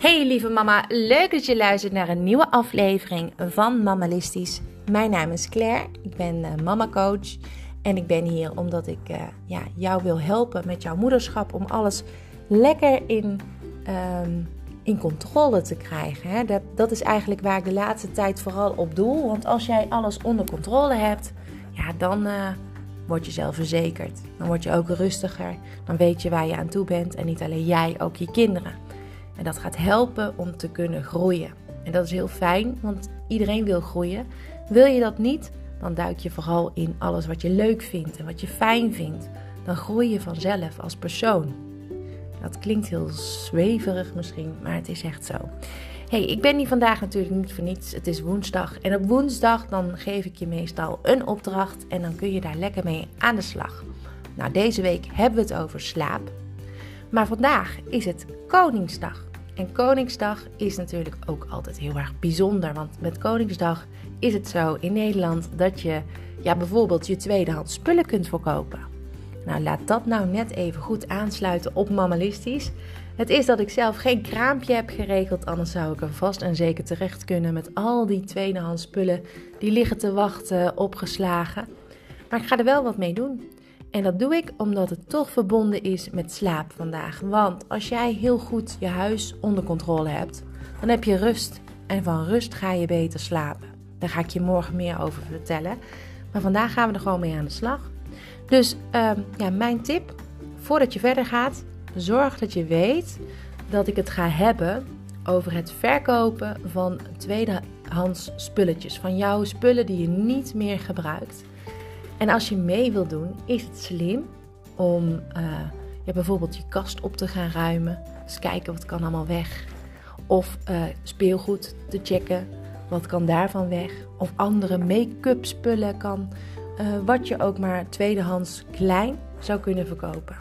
Hey lieve mama, leuk dat je luistert naar een nieuwe aflevering van Mamalistisch. Mijn naam is Claire, ik ben mama coach en ik ben hier omdat ik jou wil helpen met jouw moederschap om alles lekker in controle te krijgen. Hè? Dat is eigenlijk waar ik de laatste tijd vooral op doel, want als jij alles onder controle hebt, dan word je zelfverzekerd. Dan word je ook rustiger, dan weet je waar je aan toe bent en niet alleen jij, ook je kinderen. En dat gaat helpen om te kunnen groeien. En dat is heel fijn, want iedereen wil groeien. Wil je dat niet, dan duik je vooral in alles wat je leuk vindt en wat je fijn vindt. Dan groei je vanzelf als persoon. Dat klinkt heel zweverig misschien, maar het is echt zo. Hey, ik ben hier vandaag natuurlijk niet voor niets. Het is woensdag. En op woensdag dan geef ik je meestal een opdracht en dan kun je daar lekker mee aan de slag. Nou, deze week hebben we het over slaap. Maar vandaag is het Koningsdag. En Koningsdag is natuurlijk ook altijd heel erg bijzonder. Want met Koningsdag is het zo in Nederland dat je bijvoorbeeld je tweedehands spullen kunt verkopen. Nou, laat dat nou net even goed aansluiten op Mamalistisch. Het is dat ik zelf geen kraampje heb geregeld, anders zou ik er vast en zeker terecht kunnen met al die tweedehands spullen die liggen te wachten, opgeslagen. Maar ik ga er wel wat mee doen. En dat doe ik omdat het toch verbonden is met slaap vandaag. Want als jij heel goed je huis onder controle hebt, dan heb je rust. En van rust ga je beter slapen. Daar ga ik je morgen meer over vertellen. Maar vandaag gaan we er gewoon mee aan de slag. Dus mijn tip, voordat je verder gaat, zorg dat je weet dat ik het ga hebben over het verkopen van tweedehands spulletjes. Van jouw spullen die je niet meer gebruikt. En als je mee wil doen, is het slim om bijvoorbeeld je kast op te gaan ruimen. Dus kijken wat kan allemaal weg. Of speelgoed te checken, wat kan daarvan weg. Of andere make-up spullen kan. Wat je ook maar tweedehands klein zou kunnen verkopen.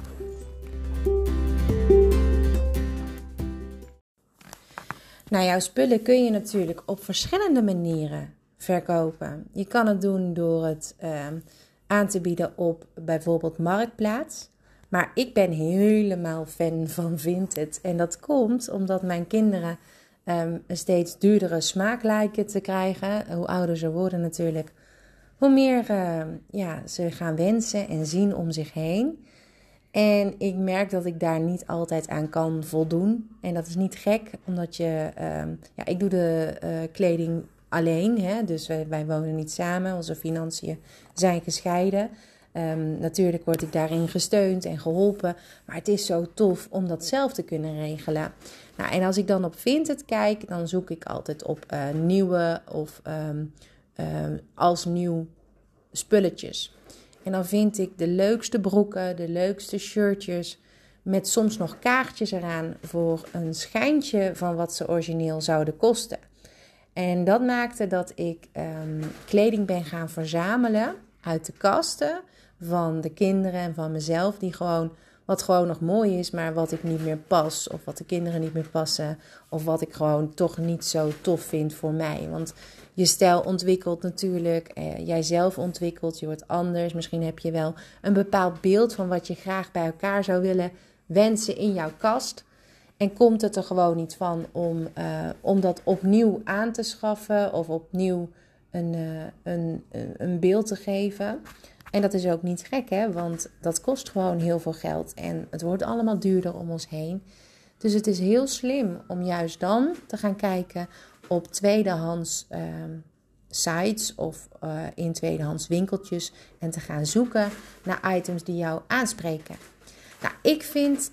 Nou, jouw spullen kun je natuurlijk op verschillende manieren verkopen. Je kan het doen door het aan te bieden op bijvoorbeeld Marktplaats. Maar ik ben helemaal fan van Vinted. En dat komt omdat mijn kinderen een steeds duurdere smaak lijken te krijgen. Hoe ouder ze worden natuurlijk, hoe meer ze gaan wensen en zien om zich heen. En ik merk dat ik daar niet altijd aan kan voldoen. En dat is niet gek, omdat ik doe de kleding alleen, hè? Dus wij wonen niet samen, onze financiën zijn gescheiden. Natuurlijk word ik daarin gesteund en geholpen, maar het is zo tof om dat zelf te kunnen regelen. Nou, en als ik dan op Vinted kijk, dan zoek ik altijd op nieuwe of als nieuw spulletjes. En dan vind ik de leukste broeken, de leukste shirtjes met soms nog kaartjes eraan voor een schijntje van wat ze origineel zouden kosten. En dat maakte dat ik kleding ben gaan verzamelen uit de kasten van de kinderen en van mezelf. Wat gewoon nog mooi is, maar wat ik niet meer pas. Of wat de kinderen niet meer passen. Of wat ik gewoon toch niet zo tof vind voor mij. Want je stijl ontwikkelt natuurlijk. Jijzelf ontwikkelt, je wordt anders. Misschien heb je wel een bepaald beeld van wat je graag bij elkaar zou willen wensen in jouw kast. En komt het er gewoon niet van om dat opnieuw aan te schaffen of opnieuw een beeld te geven. En dat is ook niet gek, hè? Want dat kost gewoon heel veel geld en het wordt allemaal duurder om ons heen. Dus het is heel slim om juist dan te gaan kijken op tweedehands sites of in tweedehands winkeltjes en te gaan zoeken naar items die jou aanspreken. Nou, ik vind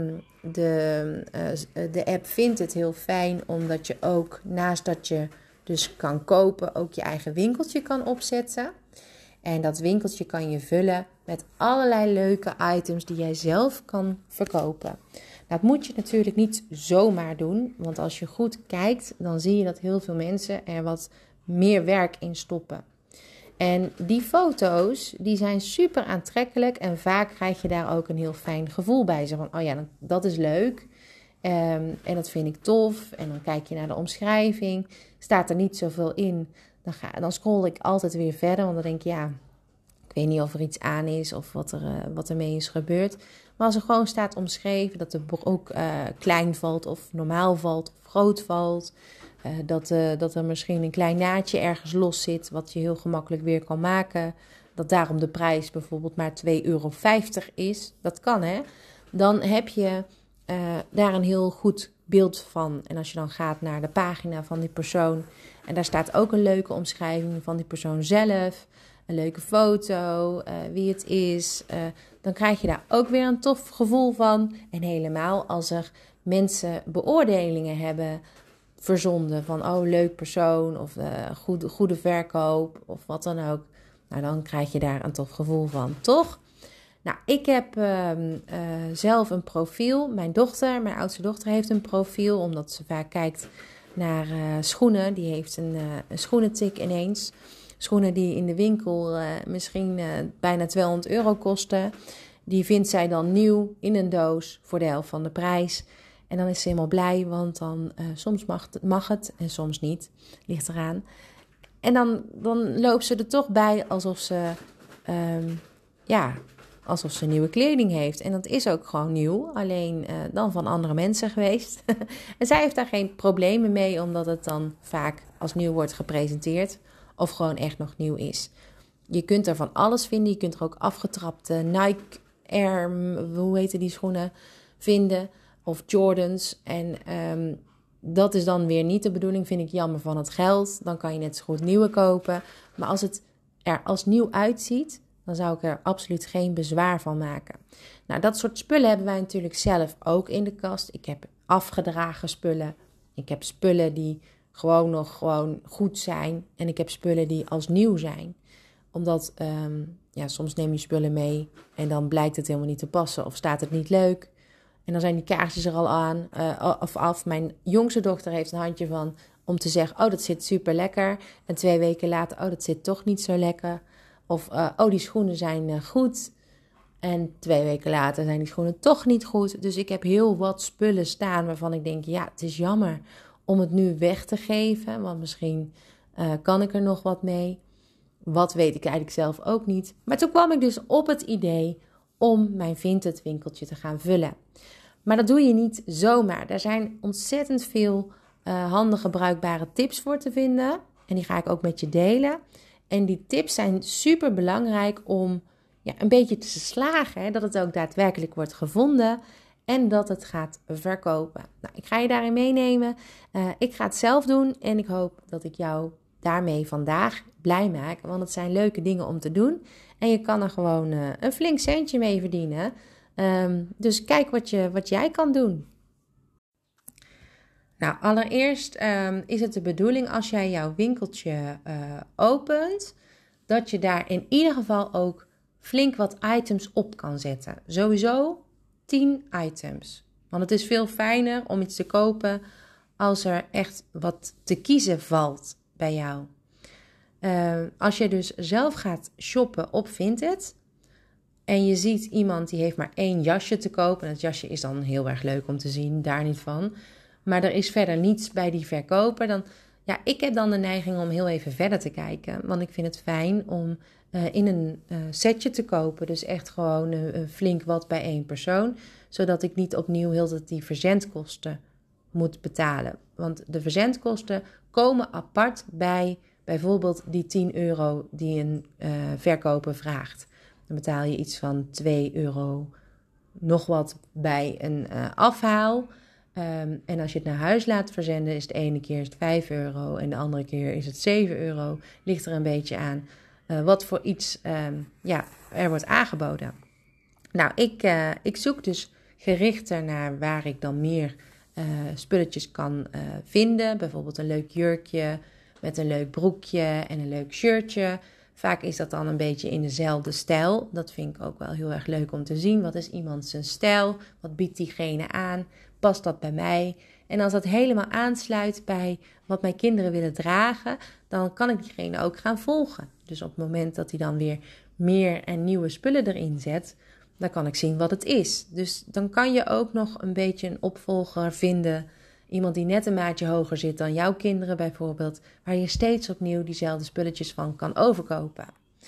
de app vindt het heel fijn, omdat je ook naast dat je dus kan kopen, ook je eigen winkeltje kan opzetten. En dat winkeltje kan je vullen met allerlei leuke items die jij zelf kan verkopen. Dat moet je natuurlijk niet zomaar doen, want als je goed kijkt, dan zie je dat heel veel mensen er wat meer werk in stoppen. En die foto's, die zijn super aantrekkelijk en vaak krijg je daar ook een heel fijn gevoel bij. Zo van, dat is leuk en dat vind ik tof. En dan kijk je naar de omschrijving, staat er niet zoveel in. Dan scroll ik altijd weer verder, want dan denk ik, ik weet niet of er iets aan is of wat ermee is gebeurd. Maar als er gewoon staat omschreven dat de broek klein valt of normaal valt of groot valt. Dat er misschien een klein naadje ergens los zit wat je heel gemakkelijk weer kan maken. Dat daarom de prijs bijvoorbeeld maar €2,50 is. Dat kan, hè. Dan heb je daar een heel goed beeld van. En als je dan gaat naar de pagina van die persoon. En daar staat ook een leuke omschrijving van die persoon zelf. Een leuke foto, wie het is. Dan krijg je daar ook weer een tof gevoel van. En helemaal als er mensen beoordelingen hebben verzonden. Van leuk persoon of goede verkoop of wat dan ook. Nou, dan krijg je daar een tof gevoel van, toch? Nou, ik heb zelf een profiel. Mijn oudste dochter heeft een profiel. Omdat ze vaak kijkt naar schoenen. Die heeft een schoenentik ineens. Schoenen die in de winkel misschien bijna €200 kosten. Die vindt zij dan nieuw in een doos voor de helft van de prijs. En dan is ze helemaal blij, want dan soms mag het en soms niet. Ligt eraan. En dan loopt ze er toch bij alsof ze nieuwe kleding heeft. En dat is ook gewoon nieuw, alleen dan van andere mensen geweest. En zij heeft daar geen problemen mee, omdat het dan vaak als nieuw wordt gepresenteerd. Of gewoon echt nog nieuw is. Je kunt er van alles vinden. Je kunt er ook afgetrapte Nike Air, hoe heten die schoenen, vinden. Of Jordans. En dat is dan weer niet de bedoeling, vind ik jammer van het geld. Dan kan je net zo goed nieuwe kopen. Maar als het er als nieuw uitziet, dan zou ik er absoluut geen bezwaar van maken. Nou, dat soort spullen hebben wij natuurlijk zelf ook in de kast. Ik heb afgedragen spullen. Ik heb spullen die gewoon goed zijn. En ik heb spullen die als nieuw zijn. Omdat soms neem je spullen mee en dan blijkt het helemaal niet te passen of staat het niet leuk. En dan zijn die kaarsjes er al aan of af. Mijn jongste dochter heeft een handje van om te zeggen, dat zit super lekker. En 2 weken later, dat zit toch niet zo lekker. Of, die schoenen zijn goed. En 2 weken later zijn die schoenen toch niet goed. Dus ik heb heel wat spullen staan waarvan ik denk, het is jammer om het nu weg te geven. Want misschien kan ik er nog wat mee. Wat weet ik eigenlijk zelf ook niet. Maar toen kwam ik dus op het idee om mijn Vinted winkeltje te gaan vullen. Maar dat doe je niet zomaar. Daar zijn ontzettend veel handige, bruikbare tips voor te vinden. En die ga ik ook met je delen. En die tips zijn super belangrijk om een beetje te slagen. Hè? Dat het ook daadwerkelijk wordt gevonden. En dat het gaat verkopen. Nou, ik ga je daarin meenemen. Ik ga het zelf doen. En ik hoop dat ik jou daarmee vandaag blij maak. Want het zijn leuke dingen om te doen. En je kan er gewoon een flink centje mee verdienen. Dus kijk wat jij kan doen. Nou, allereerst is het de bedoeling als jij jouw winkeltje opent, dat je daar in ieder geval ook flink wat items op kan zetten. Sowieso 10 items. Want het is veel fijner om iets te kopen als er echt wat te kiezen valt bij jou. Als je dus zelf gaat shoppen op Vinted en je ziet iemand die heeft maar 1 jasje te kopen. En dat jasje is dan heel erg leuk om te zien, daar niet van. Maar er is verder niets bij die verkoper. Ik heb dan de neiging om heel even verder te kijken. Want ik vind het fijn om in een setje te kopen. Dus echt gewoon flink wat bij 1 persoon. Zodat ik niet opnieuw heel de die verzendkosten moet betalen. Want de verzendkosten komen apart bij bijvoorbeeld die €10 die een verkoper vraagt. Dan betaal je iets van €2 nog wat bij een afhaal. En als je het naar huis laat verzenden, is de ene keer €5 en de andere keer is het €7. Ligt er een beetje aan wat voor iets er wordt aangeboden. Nou, ik zoek dus gerichter naar waar ik dan meer spulletjes kan vinden. Bijvoorbeeld een leuk jurkje met een leuk broekje en een leuk shirtje. Vaak is dat dan een beetje in dezelfde stijl. Dat vind ik ook wel heel erg leuk om te zien. Wat is iemand zijn stijl? Wat biedt diegene aan? Past dat bij mij? En als dat helemaal aansluit bij wat mijn kinderen willen dragen, dan kan ik diegene ook gaan volgen. Dus op het moment dat hij dan weer meer en nieuwe spullen erin zet, dan kan ik zien wat het is. Dus dan kan je ook nog een beetje een opvolger vinden. Iemand die net een maatje hoger zit dan jouw kinderen bijvoorbeeld, waar je steeds opnieuw diezelfde spulletjes van kan overkopen.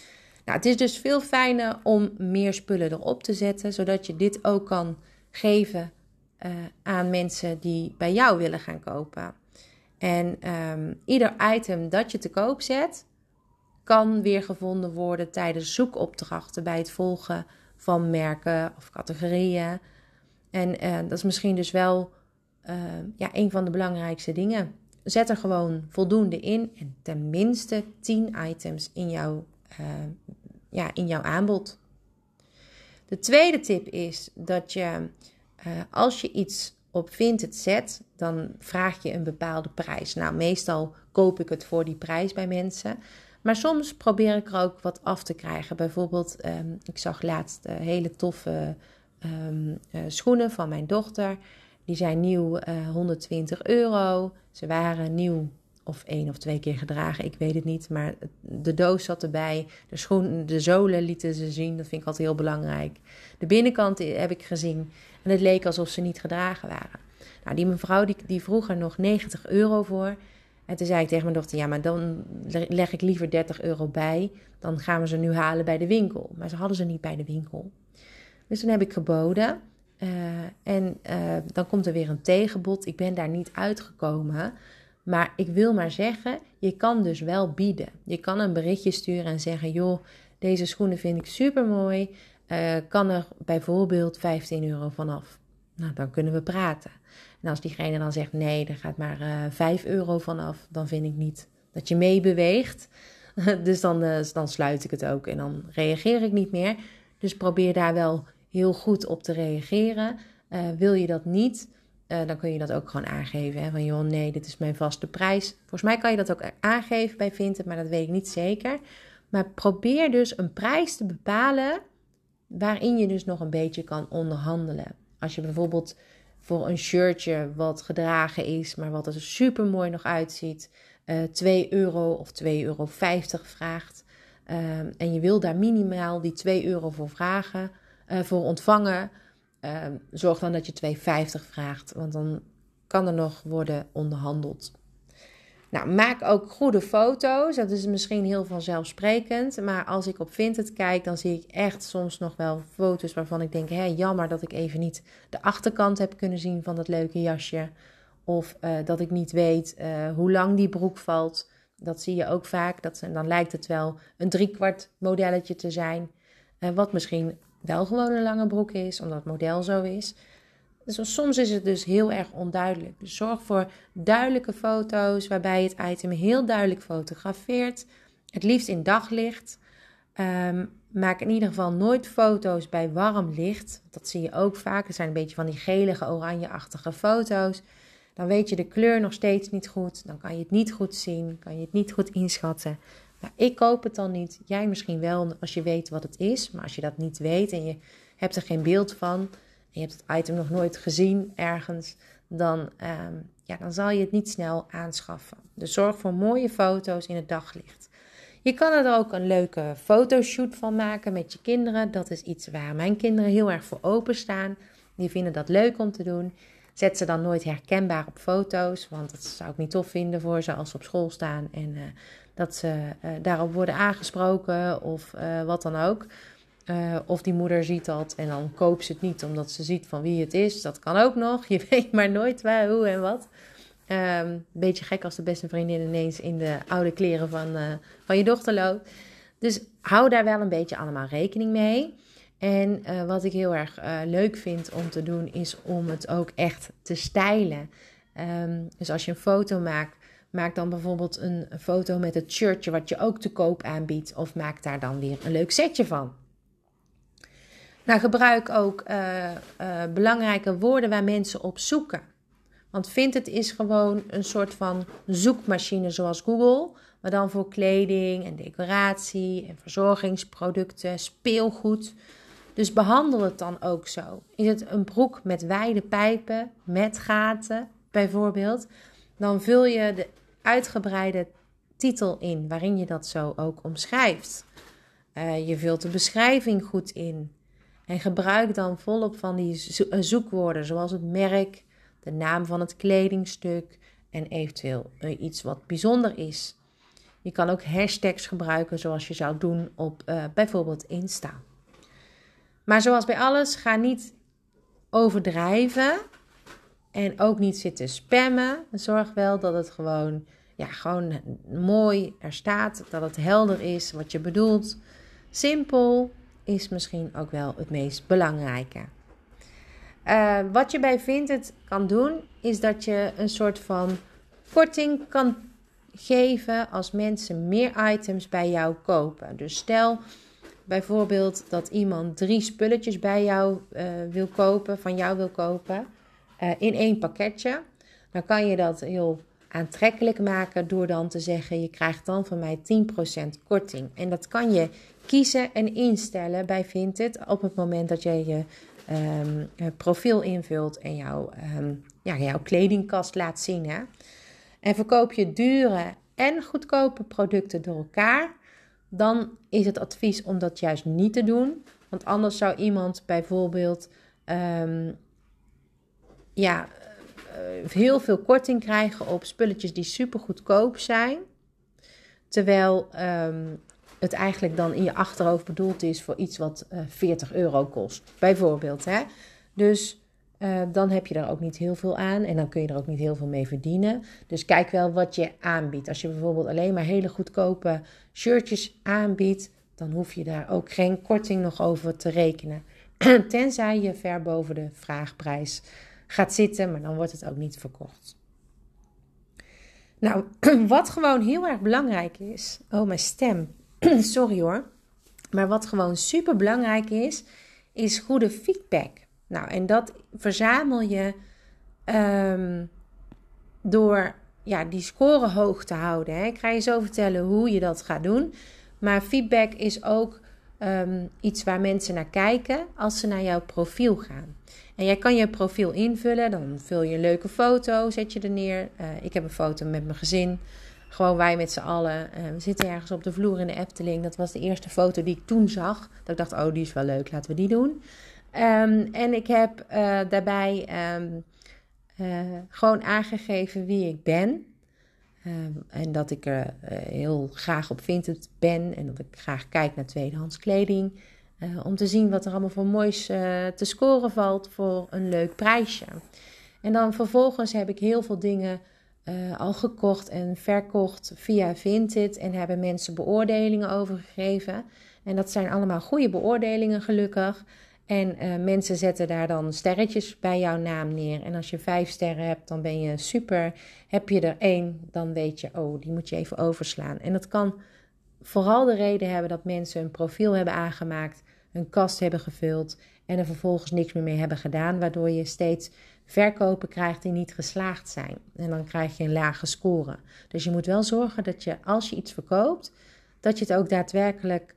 Nou, het is dus veel fijner om meer spullen erop te zetten, zodat je dit ook kan geven aan mensen die bij jou willen gaan kopen. En ieder item dat je te koop zet, kan weer gevonden worden tijdens zoekopdrachten bij het volgen van merken of categorieën. En dat is misschien dus wel een van de belangrijkste dingen. Zet er gewoon voldoende in en tenminste 10 items in jouw aanbod. De tweede tip is dat je, als je iets op Vinted zet, dan vraag je een bepaalde prijs. Nou, meestal koop ik het voor die prijs bij mensen. Maar soms probeer ik er ook wat af te krijgen. Bijvoorbeeld, ik zag laatst hele toffe schoenen van mijn dochter. Die zijn nieuw €120. Ze waren nieuw of 1 of 2 keer gedragen, ik weet het niet. Maar de doos zat erbij. De zolen lieten ze zien, dat vind ik altijd heel belangrijk. De binnenkant heb ik gezien en het leek alsof ze niet gedragen waren. Nou, die mevrouw die vroeg er nog €90 voor. En toen zei ik tegen mijn dochter, ja, maar dan leg ik liever €30 bij. Dan gaan we ze nu halen bij de winkel. Maar ze hadden ze niet bij de winkel. Dus toen heb ik geboden. Dan komt er weer een tegenbod. Ik ben daar niet uitgekomen. Maar ik wil maar zeggen, je kan dus wel bieden. Je kan een berichtje sturen en zeggen, joh, deze schoenen vind ik super mooi. Kan er bijvoorbeeld €15 vanaf? Nou, dan kunnen we praten. En als diegene dan zegt, nee, er gaat maar €5 vanaf, dan vind ik niet dat je meebeweegt. Dus dan sluit ik het ook en dan reageer ik niet meer. Dus probeer daar wel heel goed op te reageren. Wil je dat niet, dan kun je dat ook gewoon aangeven. Hè? Van joh, nee, dit is mijn vaste prijs. Volgens mij kan je dat ook aangeven bij Vinted, maar dat weet ik niet zeker. Maar probeer dus een prijs te bepalen waarin je dus nog een beetje kan onderhandelen. Als je bijvoorbeeld voor een shirtje wat gedragen is, maar wat er super mooi nog uitziet, €2 of €2,50 vraagt. En je wil daar minimaal die €2 voor vragen, voor ontvangen. Zorg dan dat je €2,50 vraagt, want dan kan er nog worden onderhandeld. Nou, maak ook goede foto's. Dat is misschien heel vanzelfsprekend. Maar als ik op Vinted kijk, dan zie ik echt soms nog wel foto's waarvan ik denk, jammer dat ik even niet de achterkant heb kunnen zien van dat leuke jasje. Of dat ik niet weet hoe lang die broek valt. Dat zie je ook vaak. Dan lijkt het wel een 3/4 modelletje te zijn. Wat misschien wel gewoon een lange broek is, omdat het model zo is. Dus soms is het dus heel erg onduidelijk. Dus zorg voor duidelijke foto's waarbij je het item heel duidelijk fotografeert. Het liefst in daglicht. Maak in ieder geval nooit foto's bij warm licht. Dat zie je ook vaak. Er zijn een beetje van die gelige, oranje-achtige foto's. Dan weet je de kleur nog steeds niet goed. Dan kan je het niet goed zien. Kan je het niet goed inschatten. Nou, ik koop het dan niet. Jij misschien wel als je weet wat het is. Maar als je dat niet weet en je hebt er geen beeld van, en je hebt het item nog nooit gezien ergens, dan zal je het niet snel aanschaffen. Dus zorg voor mooie foto's in het daglicht. Je kan er ook een leuke fotoshoot van maken met je kinderen. Dat is iets waar mijn kinderen heel erg voor openstaan. Die vinden dat leuk om te doen. Zet ze dan nooit herkenbaar op foto's, want dat zou ik niet tof vinden voor ze als ze op school staan en dat ze daarop worden aangesproken of wat dan ook. Of die moeder ziet dat en dan koopt ze het niet omdat ze ziet van wie het is. Dat kan ook nog. Je weet maar nooit waar, hoe en wat. Een beetje gek als de beste vriendin ineens in de oude kleren van je dochter loopt. Dus hou daar wel een beetje allemaal rekening mee. En wat ik heel erg leuk vind om te doen is om het ook echt te stylen. Dus als je een foto maakt, maak dan bijvoorbeeld een foto met het shirtje wat je ook te koop aanbiedt. Of maak daar dan weer een leuk setje van. Nou, gebruik ook belangrijke woorden waar mensen op zoeken. Want Vinted is gewoon een soort van zoekmachine zoals Google. Maar dan voor kleding en decoratie en verzorgingsproducten, speelgoed. Dus behandel het dan ook zo. Is het een broek met wijde pijpen, met gaten bijvoorbeeld, dan vul je de uitgebreide titel in waarin je dat zo ook omschrijft. Je vult de beschrijving goed in. En gebruik dan volop van die zoekwoorden zoals het merk, de naam van het kledingstuk en eventueel iets wat bijzonder is. Je kan ook hashtags gebruiken zoals je zou doen op bijvoorbeeld Insta. Maar zoals bij alles, ga niet overdrijven en ook niet zitten spammen. Zorg wel dat het gewoon mooi er staat, dat het helder is wat je bedoelt. Simpel is misschien ook wel het meest belangrijke. Wat je bij Vinted kan doen, is dat je een soort van korting kan geven als mensen meer items bij jou kopen. Dus stel bijvoorbeeld dat iemand 3 spulletjes bij jou van jou wil kopen in 1 pakketje. Dan kan je dat heel aantrekkelijk maken door dan te zeggen, je krijgt dan van mij 10% korting. En dat kan je kiezen en instellen bij Vinted op het moment dat jij je profiel invult en jouw kledingkast laat zien. Hè? En verkoop je dure en goedkope producten door elkaar, dan is het advies om dat juist niet te doen. Want anders zou iemand bijvoorbeeld heel veel korting krijgen op spulletjes die super goedkoop zijn. Terwijl het eigenlijk dan in je achterhoofd bedoeld is voor iets wat €40 kost. Bijvoorbeeld. Hè? Dus dan heb je er ook niet heel veel aan en dan kun je er ook niet heel veel mee verdienen. Dus kijk wel wat je aanbiedt. Als je bijvoorbeeld alleen maar hele goedkope shirtjes aanbiedt, dan hoef je daar ook geen korting nog over te rekenen. Tenzij je ver boven de vraagprijs gaat zitten, maar dan wordt het ook niet verkocht. Nou, wat gewoon heel erg belangrijk is. Oh, mijn stem. Sorry hoor. Maar wat gewoon super belangrijk is goede feedback. Nou, en dat verzamel je door die score hoog te houden. Hè. Ik ga je zo vertellen hoe je dat gaat doen. Maar feedback is ook iets waar mensen naar kijken als ze naar jouw profiel gaan. En jij kan je profiel invullen. Dan vul je een leuke foto, zet je er neer. Ik heb een foto met mijn gezin. Gewoon wij met z'n allen. We zitten ergens op de vloer in de Efteling. Dat was de eerste foto die ik toen zag. Dat ik dacht, oh die is wel leuk, laten we die doen. En ik heb daarbij gewoon aangegeven wie ik ben. En dat ik heel graag op Vinted ben. En dat ik graag kijk naar tweedehands kleding. Om te zien wat er allemaal voor moois te scoren valt voor een leuk prijsje. En dan vervolgens heb ik heel veel dingen al gekocht en verkocht via Vinted. En hebben mensen beoordelingen over gegeven. En dat zijn allemaal goede beoordelingen gelukkig. En mensen zetten daar dan sterretjes bij jouw naam neer. En als je 5 sterren hebt, dan ben je super. Heb je er 1, dan weet je, oh, die moet je even overslaan. En dat kan vooral de reden hebben dat mensen een profiel hebben aangemaakt, een kast hebben gevuld en er vervolgens niks meer mee hebben gedaan, waardoor je steeds verkopen krijgt die niet geslaagd zijn. En dan krijg je een lage score. Dus je moet wel zorgen dat je, als je iets verkoopt, dat je het ook daadwerkelijk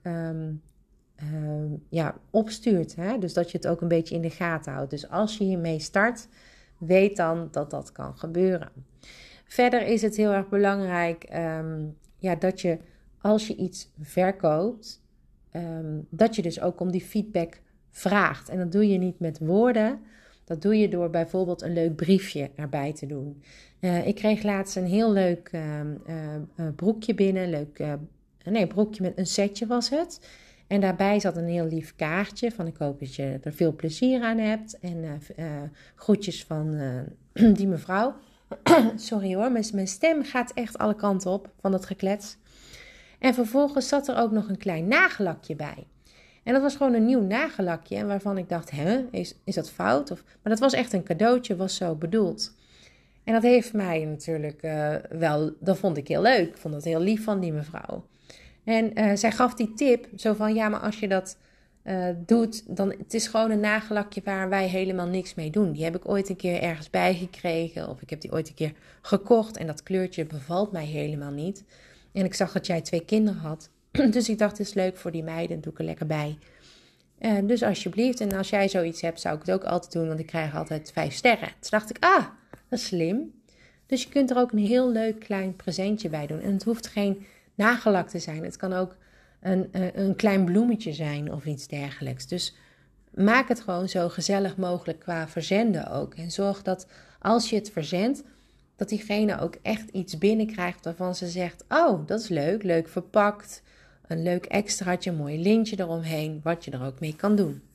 opstuurt. Hè? Dus dat je het ook een beetje in de gaten houdt. Dus als je hiermee start, weet dan dat dat kan gebeuren. Verder is het heel erg belangrijk dat je, als je iets verkoopt, dat je dus ook om die feedback vraagt. En dat doe je niet met woorden. Dat doe je door bijvoorbeeld een leuk briefje erbij te doen. Ik kreeg laatst een heel leuk broekje binnen. Broekje met een setje was het. En daarbij zat een heel lief kaartje van ik hoop dat je er veel plezier aan hebt. En groetjes van die mevrouw. Sorry hoor, mijn stem gaat echt alle kanten op van dat geklets. En vervolgens zat er ook nog een klein nagellakje bij. En dat was gewoon een nieuw nagellakje. En waarvan ik dacht, is dat fout? Maar dat was echt een cadeautje, was zo bedoeld. En dat heeft mij natuurlijk dat vond ik heel leuk. Ik vond dat heel lief van die mevrouw. En zij gaf die tip, zo van, ja, maar als je dat doet, dan het is gewoon een nagellakje waar wij helemaal niks mee doen. Die heb ik ooit een keer ergens bijgekregen, of ik heb die ooit een keer gekocht en dat kleurtje bevalt mij helemaal niet. En ik zag dat jij 2 kinderen had, dus ik dacht, het is leuk voor die meiden, doe ik er lekker bij. Dus alsjeblieft, en als jij zoiets hebt, zou ik het ook altijd doen, want ik krijg altijd 5 sterren. Toen dacht ik, dat is slim. Dus je kunt er ook een heel leuk klein presentje bij doen. En het hoeft geen nagellak te zijn. Het kan ook een klein bloemetje zijn of iets dergelijks. Dus maak het gewoon zo gezellig mogelijk qua verzenden ook. En zorg dat als je het verzendt, dat diegene ook echt iets binnenkrijgt waarvan ze zegt, oh, dat is leuk, leuk verpakt, een leuk extraatje, een mooi lintje eromheen, wat je er ook mee kan doen.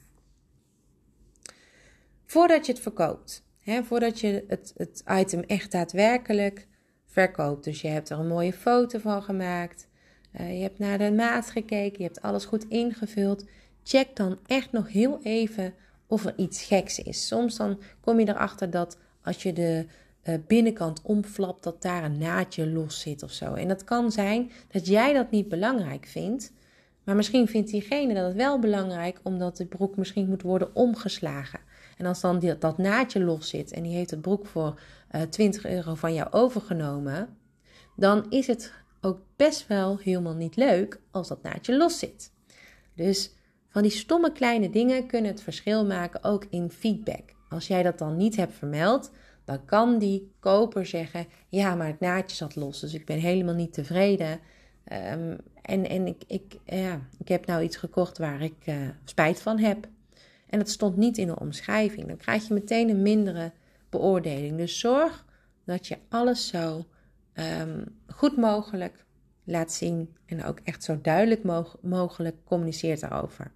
Voordat je het verkoopt, voordat je het item echt daadwerkelijk verkoopt, dus je hebt er een mooie foto van gemaakt, je hebt naar de maat gekeken, je hebt alles goed ingevuld, check dan echt nog heel even of er iets geks is. Soms dan kom je erachter dat als je de binnenkant omflapt, dat daar een naadje los zit of zo. En dat kan zijn dat jij dat niet belangrijk vindt, maar misschien vindt diegene dat het wel belangrijk, omdat de broek misschien moet worden omgeslagen. En als dan dat naadje los zit en die heeft het broek voor €20 van jou overgenomen, dan is het ook best wel helemaal niet leuk als dat naadje los zit. Dus van die stomme kleine dingen kunnen het verschil maken, ook in feedback. Als jij dat dan niet hebt vermeld, dan kan die koper zeggen, ja, maar het naadje zat los, dus ik ben helemaal niet tevreden. Ik heb nou iets gekocht waar ik spijt van heb. En dat stond niet in de omschrijving. Dan krijg je meteen een mindere beoordeling. Dus zorg dat je alles zo goed mogelijk laat zien en ook echt zo duidelijk mogelijk communiceert daarover.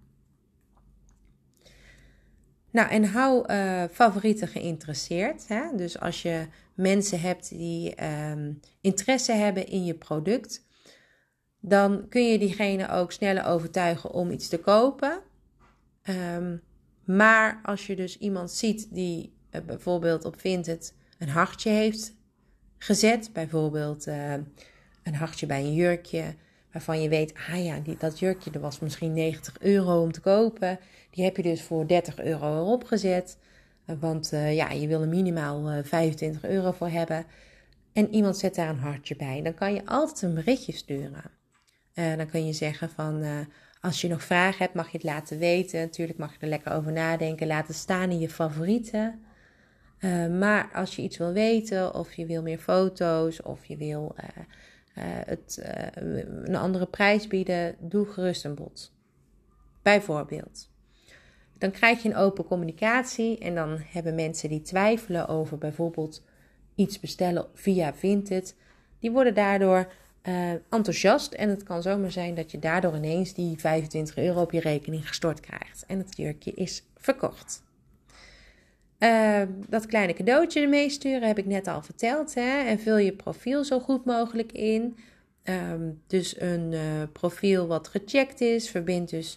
Nou, en hou favorieten geïnteresseerd. Hè? Dus als je mensen hebt die interesse hebben in je product, dan kun je diegene ook sneller overtuigen om iets te kopen. Maar als je dus iemand ziet die bijvoorbeeld op Vinted een hartje heeft gezet, bijvoorbeeld een hartje bij een jurkje, waarvan je weet, dat jurkje, dat was misschien €90 om te kopen. Die heb je dus voor €30 erop gezet. Want je wil er minimaal €25 voor hebben. En iemand zet daar een hartje bij. Dan kan je altijd een berichtje sturen. Dan kun je zeggen van, als je nog vragen hebt, mag je het laten weten. Natuurlijk mag je er lekker over nadenken. Laat het staan in je favorieten. Maar als je iets wil weten, of je wil meer foto's, of je wil een andere prijs bieden, doe gerust een bod. Bijvoorbeeld. Dan krijg je een open communicatie en dan hebben mensen die twijfelen over bijvoorbeeld iets bestellen via Vinted, die worden daardoor enthousiast en het kan zomaar zijn dat je daardoor ineens die €25 op je rekening gestort krijgt en het jurkje is verkocht. Dat kleine cadeautje ermee sturen heb ik net al verteld. Hè? En vul je profiel zo goed mogelijk in. Dus een profiel wat gecheckt is. Verbind dus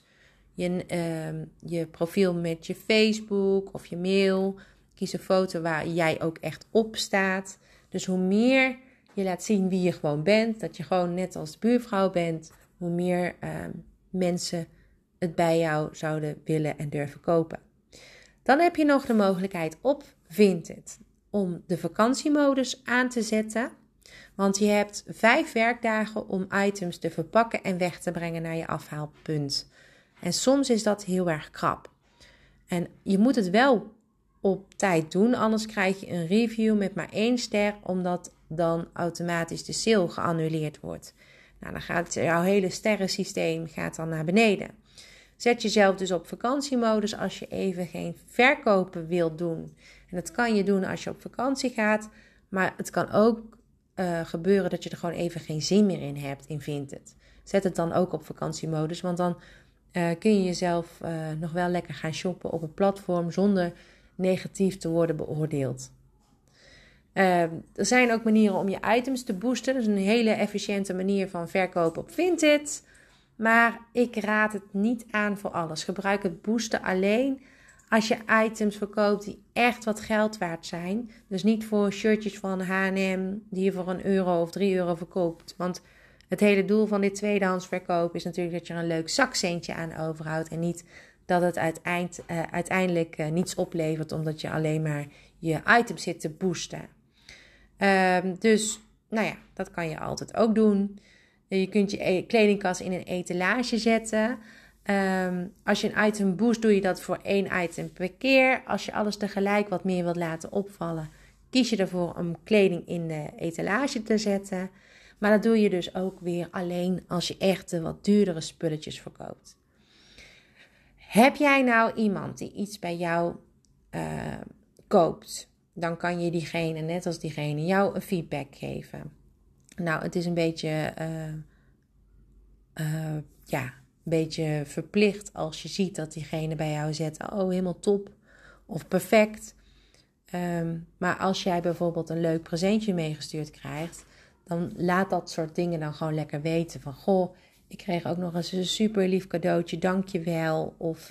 je profiel met je Facebook of je mail. Kies een foto waar jij ook echt op staat. Dus hoe meer je laat zien wie je gewoon bent. Dat je gewoon net als de buurvrouw bent. Hoe meer mensen het bij jou zouden willen en durven kopen. Dan heb je nog de mogelijkheid op Vinted om de vakantiemodus aan te zetten. Want je hebt 5 werkdagen om items te verpakken en weg te brengen naar je afhaalpunt. En soms is dat heel erg krap. En je moet het wel op tijd doen, anders krijg je een review met maar 1 ster, omdat dan automatisch de sale geannuleerd wordt. Nou, dan gaat jouw hele sterrensysteem dan naar beneden. Zet jezelf dus op vakantiemodus als je even geen verkopen wilt doen. En dat kan je doen als je op vakantie gaat. Maar het kan ook gebeuren dat je er gewoon even geen zin meer in hebt in Vinted. Zet het dan ook op vakantiemodus. Want dan kun je jezelf nog wel lekker gaan shoppen op een platform zonder negatief te worden beoordeeld. Er zijn ook manieren om je items te boosten. Dat is een hele efficiënte manier van verkopen op Vinted. Maar ik raad het niet aan voor alles. Gebruik het boosten alleen als je items verkoopt die echt wat geld waard zijn. Dus niet voor shirtjes van H&M die je voor €1 of €3 verkoopt. Want het hele doel van dit tweedehands verkoop is natuurlijk dat je er een leuk zakcentje aan overhoudt. En niet dat het uiteindelijk niets oplevert omdat je alleen maar je items zit te boosten. Dus dat kan je altijd ook doen. Je kunt je kledingkast in een etalage zetten. Als je een item boost, doe je dat voor 1 item per keer. Als je alles tegelijk wat meer wilt laten opvallen, kies je ervoor om kleding in de etalage te zetten. Maar dat doe je dus ook weer alleen als je echt de wat duurdere spulletjes verkoopt. Heb jij nou iemand die iets bij jou koopt? dan kan je diegene, net als diegene, jou een feedback geven. Nou, het is een beetje, een beetje verplicht als je ziet dat diegene bij jou zet, oh, helemaal top of perfect. Maar als jij bijvoorbeeld een leuk presentje meegestuurd krijgt, dan laat dat soort dingen dan gewoon lekker weten. Van, goh, ik kreeg ook nog eens een super lief cadeautje, dank je wel. Of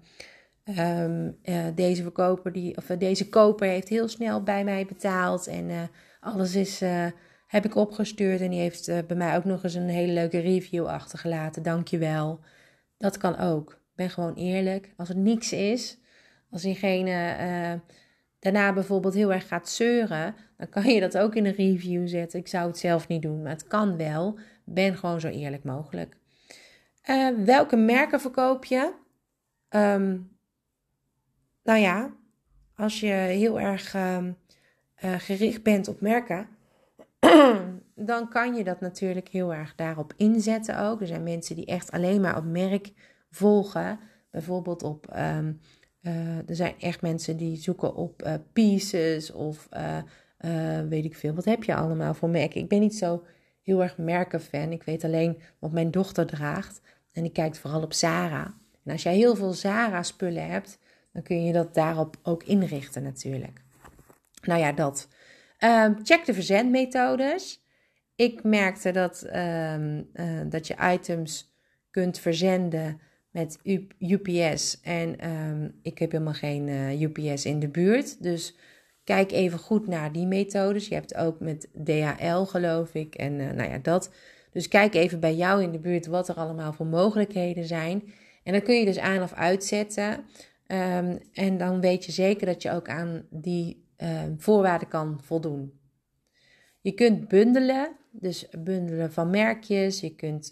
deze koper heeft heel snel bij mij betaald en alles heb ik opgestuurd. En die heeft bij mij ook nog eens een hele leuke review achtergelaten, dank je wel. Dat kan ook. Ben gewoon eerlijk. Als het niks is, als diegene daarna bijvoorbeeld heel erg gaat zeuren, dan kan je dat ook in een review zetten. Ik zou het zelf niet doen, maar het kan wel. Ben gewoon zo eerlijk mogelijk. Welke merken verkoop je? Nou ja, als je heel erg gericht bent op merken, dan kan je dat natuurlijk heel erg daarop inzetten ook. Er zijn mensen die echt alleen maar op merk volgen. Bijvoorbeeld er zijn echt mensen die zoeken op pieces of weet ik veel. Wat heb je allemaal voor merken? Ik ben niet zo heel erg merkenfan. Ik weet alleen wat mijn dochter draagt. En die kijkt vooral op Zara. En als jij heel veel Zara spullen hebt, dan kun je dat daarop ook inrichten natuurlijk. Nou ja, dat. Check de verzendmethodes. Ik merkte dat je items kunt verzenden met UPS. En ik heb helemaal geen UPS in de buurt. Dus kijk even goed naar die methodes. Je hebt ook met DHL, geloof ik. En nou ja, dat. Dus kijk even bij jou in de buurt wat er allemaal voor mogelijkheden zijn. En dan kun je dus aan of uitzetten. En dan weet je zeker dat je ook aan die voorwaarden kan voldoen. Je kunt bundelen, dus bundelen van merkjes. Je kunt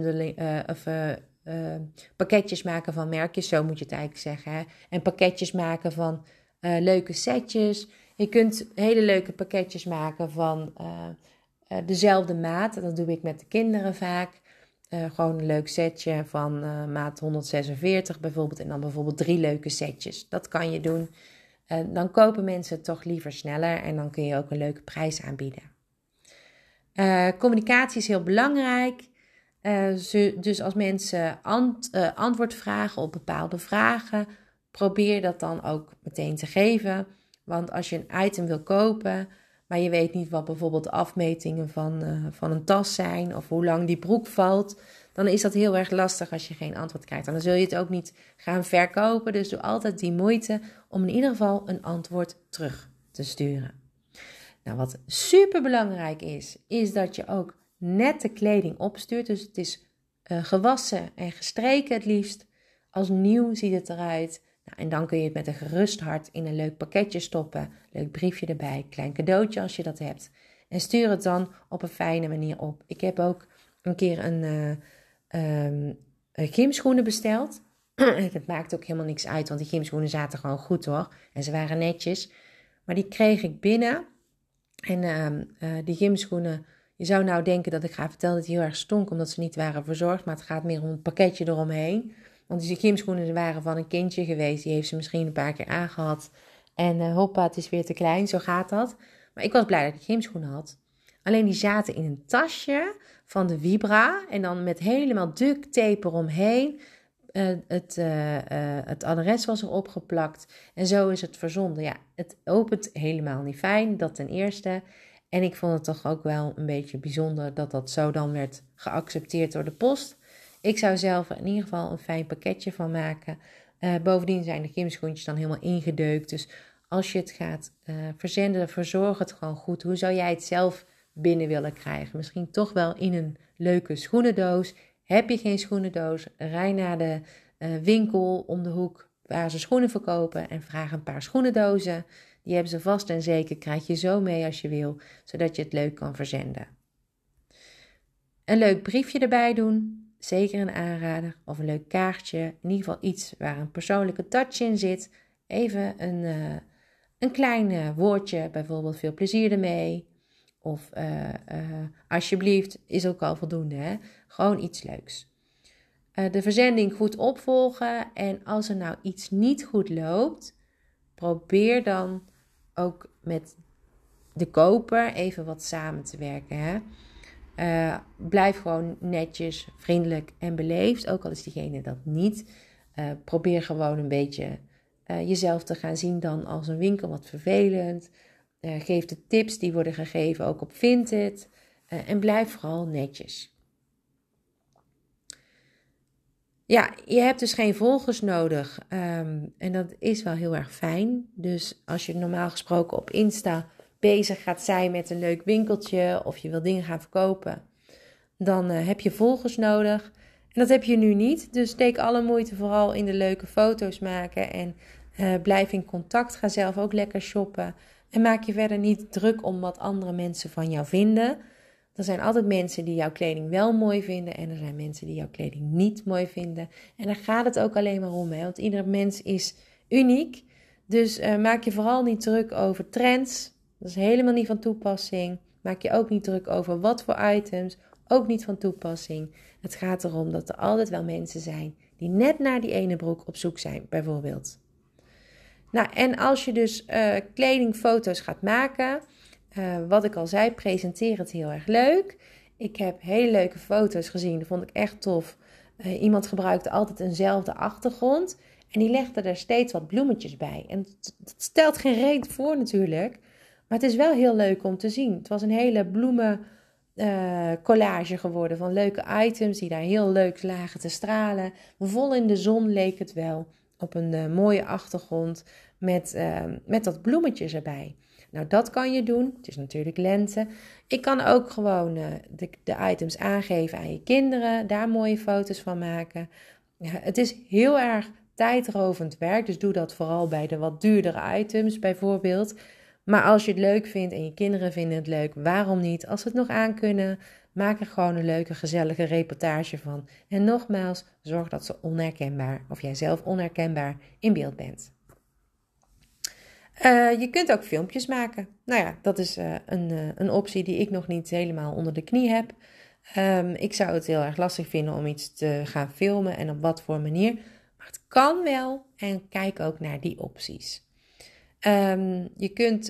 pakketjes maken van merkjes, zo moet je het eigenlijk zeggen. Hè? En pakketjes maken van leuke setjes. Je kunt hele leuke pakketjes maken van dezelfde maat. Dat doe ik met de kinderen vaak. Gewoon een leuk setje van maat 146 bijvoorbeeld. En dan bijvoorbeeld 3 leuke setjes. Dat kan je doen. Dan kopen mensen het toch liever sneller. En dan kun je ook een leuke prijs aanbieden. Communicatie is heel belangrijk. Dus als mensen antwoord vragen op bepaalde vragen, probeer dat dan ook meteen te geven. Want als je een item wil kopen, maar je weet niet wat bijvoorbeeld de afmetingen van een tas zijn of hoe lang die broek valt, dan is dat heel erg lastig als je geen antwoord krijgt. En dan zul je het ook niet gaan verkopen. Dus doe altijd die moeite om in ieder geval een antwoord terug te sturen. Nou, wat super belangrijk is dat je ook nette kleding opstuurt. Dus het is gewassen en gestreken het liefst. Als nieuw ziet het eruit. Nou, en dan kun je het met een gerust hart in een leuk pakketje stoppen. Leuk briefje erbij, klein cadeautje als je dat hebt. En stuur het dan op een fijne manier op. Ik heb ook een keer een gymschoenen besteld. Het maakt ook helemaal niks uit, want die gymschoenen zaten gewoon goed hoor. En ze waren netjes. Maar die kreeg ik binnen. En die gymschoenen, je zou nou denken dat ik ga vertellen dat die heel erg stonk omdat ze niet waren verzorgd. Maar het gaat meer om het pakketje eromheen. Want die gymschoenen waren van een kindje geweest. Die heeft ze misschien een paar keer aangehad. En hoppa, het is weer te klein. Zo gaat dat. Maar ik was blij dat ik gymschoenen had. Alleen die zaten in een tasje van de Vibra. En dan met helemaal duct tape eromheen. Het adres was erop geplakt. En zo is het verzonden. Ja, het opent helemaal niet fijn. Dat ten eerste. En ik vond het toch ook wel een beetje bijzonder dat dat zo dan werd geaccepteerd door de post. Ik zou zelf in ieder geval een fijn pakketje van maken. Bovendien zijn de gymschoentjes dan helemaal ingedeukt. Dus als je het gaat verzenden, verzorg het gewoon goed. Hoe zou jij het zelf binnen willen krijgen? Misschien toch wel in een leuke schoenendoos. Heb je geen schoenendoos? Rij naar de winkel om de hoek waar ze schoenen verkopen en vraag een paar schoenendozen. Die hebben ze vast en zeker, krijg je zo mee als je wil, zodat je het leuk kan verzenden. Een leuk briefje erbij doen. Zeker een aanrader, of een leuk kaartje. In ieder geval iets waar een persoonlijke touch in zit. Even een klein woordje, bijvoorbeeld veel plezier ermee. Of alsjeblieft, is ook al voldoende. Hè? Gewoon iets leuks. De verzending goed opvolgen. En als er nou iets niet goed loopt, probeer dan ook met de koper even wat samen te werken. Hè? Blijf gewoon netjes, vriendelijk en beleefd. Ook al is diegene dat niet. Probeer gewoon een beetje jezelf te gaan zien dan als een winkel wat vervelend. Geef de tips die worden gegeven ook op Vinted. En blijf vooral netjes. Ja, je hebt dus geen volgers nodig. En dat is wel heel erg fijn. Dus als je normaal gesproken op Insta bezig gaat zijn met een leuk winkeltje of je wil dingen gaan verkopen, dan heb je volgers nodig. En dat heb je nu niet. Dus steek alle moeite vooral in de leuke foto's maken en blijf in contact. Ga zelf ook lekker shoppen. En maak je verder niet druk om wat andere mensen van jou vinden. Er zijn altijd mensen die jouw kleding wel mooi vinden en er zijn mensen die jouw kleding niet mooi vinden. En daar gaat het ook alleen maar om, hè? Want ieder mens is uniek. Dus maak je vooral niet druk over trends. Dat is helemaal niet van toepassing. Maak je ook niet druk over wat voor items. Ook niet van toepassing. Het gaat erom dat er altijd wel mensen zijn die net naar die ene broek op zoek zijn, bijvoorbeeld. Nou, en als je dus kledingfoto's gaat maken, wat ik al zei, presenteer het heel erg leuk. Ik heb hele leuke foto's gezien, dat vond ik echt tof. Iemand gebruikte altijd eenzelfde achtergrond en die legde er steeds wat bloemetjes bij. En het stelt geen reet voor natuurlijk, maar het is wel heel leuk om te zien. Het was een hele bloemen collage geworden van leuke items die daar heel leuk lagen te stralen. Vol in de zon leek het wel, op een mooie achtergrond met dat bloemetjes erbij. Nou, dat kan je doen. Het is natuurlijk lente. Ik kan ook gewoon de items aangeven aan je kinderen. Daar mooie foto's van maken. Ja, het is heel erg tijdrovend werk. Dus doe dat vooral bij de wat duurdere items bijvoorbeeld. Maar als je het leuk vindt en je kinderen vinden het leuk, waarom niet? Als we het nog aan kunnen, maak er gewoon een leuke, gezellige reportage van. En nogmaals, zorg dat ze onherkenbaar, of jij zelf onherkenbaar, in beeld bent. Je kunt ook filmpjes maken. Nou ja, dat is een optie die ik nog niet helemaal onder de knie heb. Ik zou het heel erg lastig vinden om iets te gaan filmen en op wat voor manier. Maar het kan wel en kijk ook naar die opties. Je kunt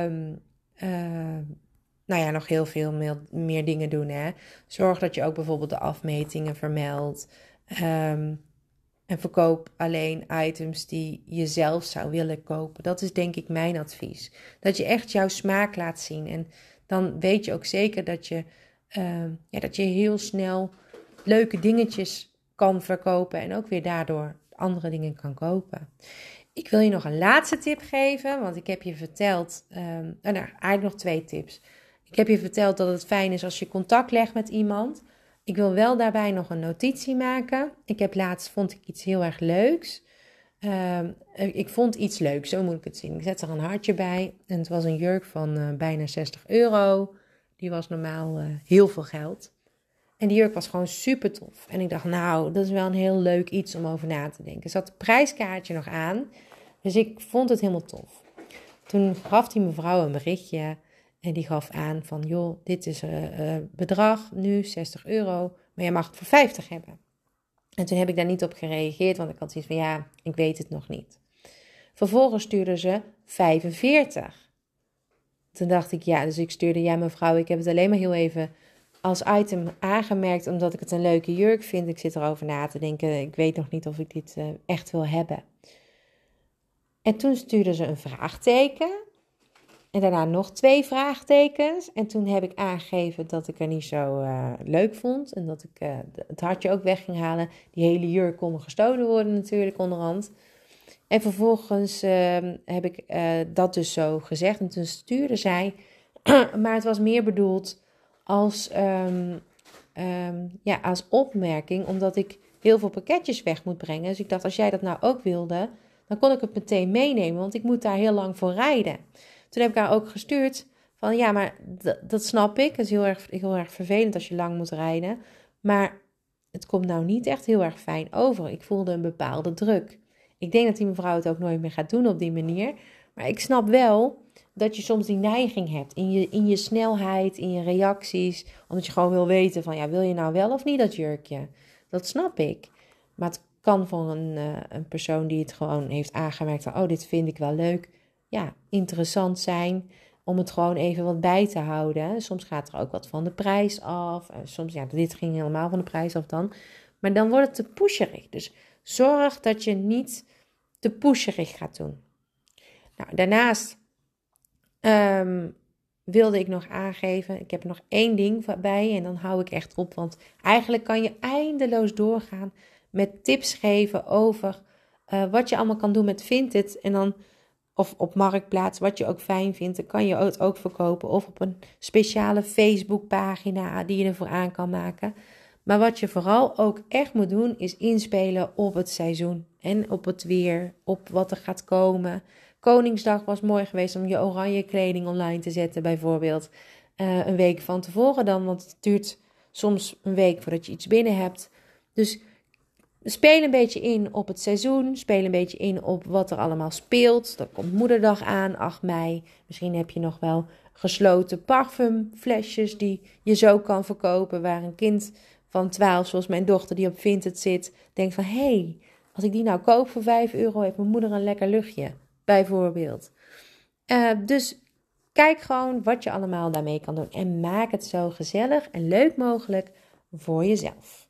nog heel veel meer dingen doen. Hè? Zorg dat je ook bijvoorbeeld de afmetingen vermeldt. En verkoop alleen items die je zelf zou willen kopen. Dat is denk ik mijn advies. Dat je echt jouw smaak laat zien. En dan weet je ook zeker dat je heel snel leuke dingetjes kan verkopen. En ook weer daardoor andere dingen kan kopen. Ik wil je nog een laatste tip geven. Want ik heb je verteld... eigenlijk nog 2 tips. Ik heb je verteld dat het fijn is als je contact legt met iemand. Ik wil wel daarbij nog een notitie maken. Vond ik iets heel erg leuks. Ik vond iets leuks, zo moet ik het zien. Ik zet er een hartje bij. En het was een jurk van bijna €60. Die was normaal heel veel geld. En die jurk was gewoon super tof. En ik dacht, nou, dat is wel een heel leuk iets om over na te denken. Er zat het prijskaartje nog aan. Dus ik vond het helemaal tof. Toen gaf die mevrouw een berichtje. En die gaf aan van, joh, dit is bedrag, nu €60. Maar jij mag het voor 50 hebben. En toen heb ik daar niet op gereageerd, want ik had zoiets van, ja, ik weet het nog niet. Vervolgens stuurde ze 45. Toen dacht ik, dus ik stuurde, ja mevrouw, ik heb het alleen maar heel even als item aangemerkt, omdat ik het een leuke jurk vind. Ik zit erover na te denken, ik weet nog niet of ik dit echt wil hebben. En toen stuurde ze een vraagteken. En daarna nog 2 vraagtekens. En toen heb ik aangegeven dat ik er niet zo leuk vond. En dat ik het hartje ook weg ging halen. Die hele jurk kon gestolen worden natuurlijk onderhand. En vervolgens heb ik dat dus zo gezegd. En toen stuurde zij. Maar het was meer bedoeld als opmerking. Omdat ik heel veel pakketjes weg moet brengen. Dus ik dacht, als jij dat nou ook wilde, dan kon ik het meteen meenemen. Want ik moet daar heel lang voor rijden. Toen heb ik haar ook gestuurd van, ja, maar dat snap ik. Het is heel erg vervelend als je lang moet rijden. Maar het komt nou niet echt heel erg fijn over. Ik voelde een bepaalde druk. Ik denk dat die mevrouw het ook nooit meer gaat doen op die manier. Maar ik snap wel dat je soms die neiging hebt in je snelheid, in je reacties. Omdat je gewoon wil weten van, ja, wil je nou wel of niet dat jurkje? Dat snap ik. Maar het kan van een persoon die het gewoon heeft aangemerkt van, oh, dit vind ik wel leuk. interessant zijn om het gewoon even wat bij te houden. Soms gaat er ook wat van de prijs af. Soms, dit ging helemaal van de prijs af dan. Maar dan wordt het te pusherig. Dus zorg dat je niet te pusherig gaat doen. Nou, daarnaast wilde ik nog aangeven, ik heb er nog 1 ding bij en dan hou ik echt op. Want eigenlijk kan je eindeloos doorgaan met tips geven over wat je allemaal kan doen met Vinted. En dan, of op Marktplaats, wat je ook fijn vindt, dan kan je het ook verkopen. Of op een speciale Facebookpagina die je ervoor aan kan maken. Maar wat je vooral ook echt moet doen, is inspelen op het seizoen. En op het weer, op wat er gaat komen. Koningsdag was mooi geweest om je oranje kleding online te zetten bijvoorbeeld. Een week van tevoren dan, want het duurt soms een week voordat je iets binnen hebt. Dus speel een beetje in op het seizoen. Speel een beetje in op wat er allemaal speelt. Er komt Moederdag aan, 8 mei. Misschien heb je nog wel gesloten parfumflesjes die je zo kan verkopen. Waar een kind van 12, zoals mijn dochter die op Vinted zit, denkt van hey, als ik die nou koop voor €5, heeft mijn moeder een lekker luchtje. Bijvoorbeeld. Dus kijk gewoon wat je allemaal daarmee kan doen. En maak het zo gezellig en leuk mogelijk voor jezelf.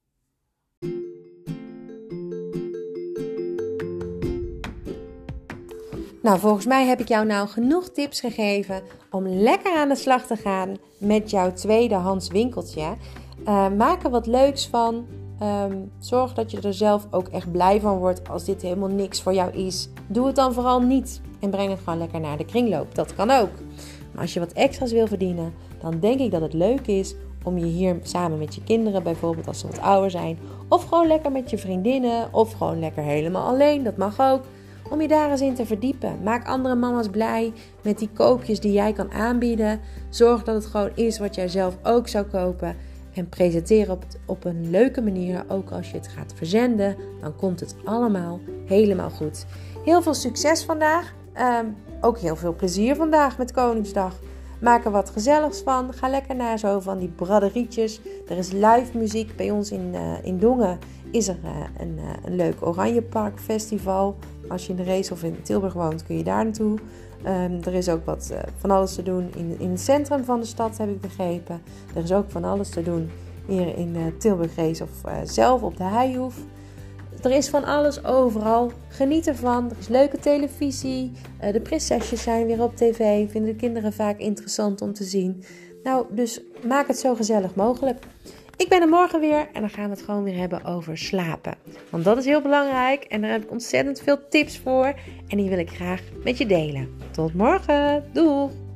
Nou, volgens mij heb ik jou nou genoeg tips gegeven om lekker aan de slag te gaan met jouw tweedehands winkeltje. Maak er wat leuks van. Zorg dat je er zelf ook echt blij van wordt als dit helemaal niks voor jou is. Doe het dan vooral niet en breng het gewoon lekker naar de kringloop. Dat kan ook. Maar als je wat extra's wil verdienen, dan denk ik dat het leuk is om je hier samen met je kinderen, bijvoorbeeld als ze wat ouder zijn, of gewoon lekker met je vriendinnen, of gewoon lekker helemaal alleen, dat mag ook, om je daar eens in te verdiepen. Maak andere mama's blij met die koopjes die jij kan aanbieden. Zorg dat het gewoon is wat jij zelf ook zou kopen. En presenteer op een leuke manier. Ook als je het gaat verzenden, dan komt het allemaal helemaal goed. Heel veel succes vandaag. Ook heel veel plezier vandaag met Koningsdag. Maak er wat gezelligs van. Ga lekker naar zo van die braderietjes. Er is live muziek. Bij ons in Dongen is er een leuk Oranjepark festival. Als je in de Rees of in Tilburg woont, kun je daar naartoe. Er is ook wat van alles te doen in het centrum van de stad, heb ik begrepen. Er is ook van alles te doen hier in Tilburg Rees of zelf op de Heihoef. Er is van alles overal. Geniet ervan. Er is leuke televisie. De prinsesjes zijn weer op tv. Vinden de kinderen vaak interessant om te zien. Nou, dus maak het zo gezellig mogelijk. Ik ben er morgen weer en dan gaan we het gewoon weer hebben over slapen. Want dat is heel belangrijk en daar heb ik ontzettend veel tips voor. En die wil ik graag met je delen. Tot morgen. Doeg!